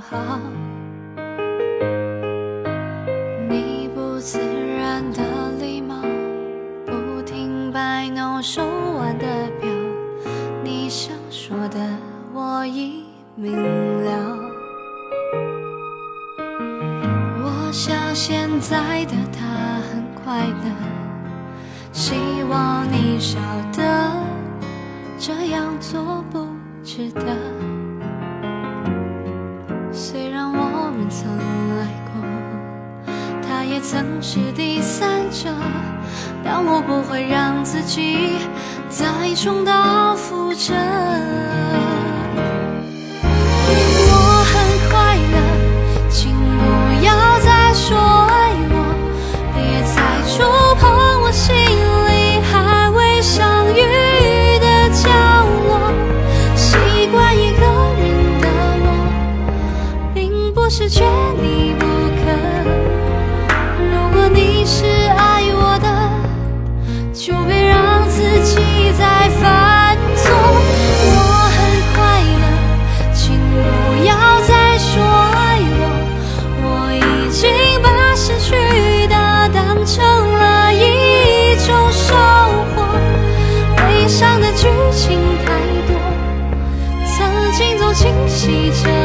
好。你不自然的礼貌，不停摆弄手腕的表，你想说的我已明了。我想现在的他很快乐，希望你晓得这样做不值得。虽然我们曾爱过，他也曾是第三者，但我不会让自己再重蹈覆辙。我很快乐，请不要再说爱我，别再触碰我心里还未相遇的角落。习惯一个人的我，并不是缺你不可。如果你是爱我的，就别让自己再犯错。我很快乐，请不要再说爱我，我已经把失去的当成了一种收获。悲伤的剧情太多，曾经总清晰着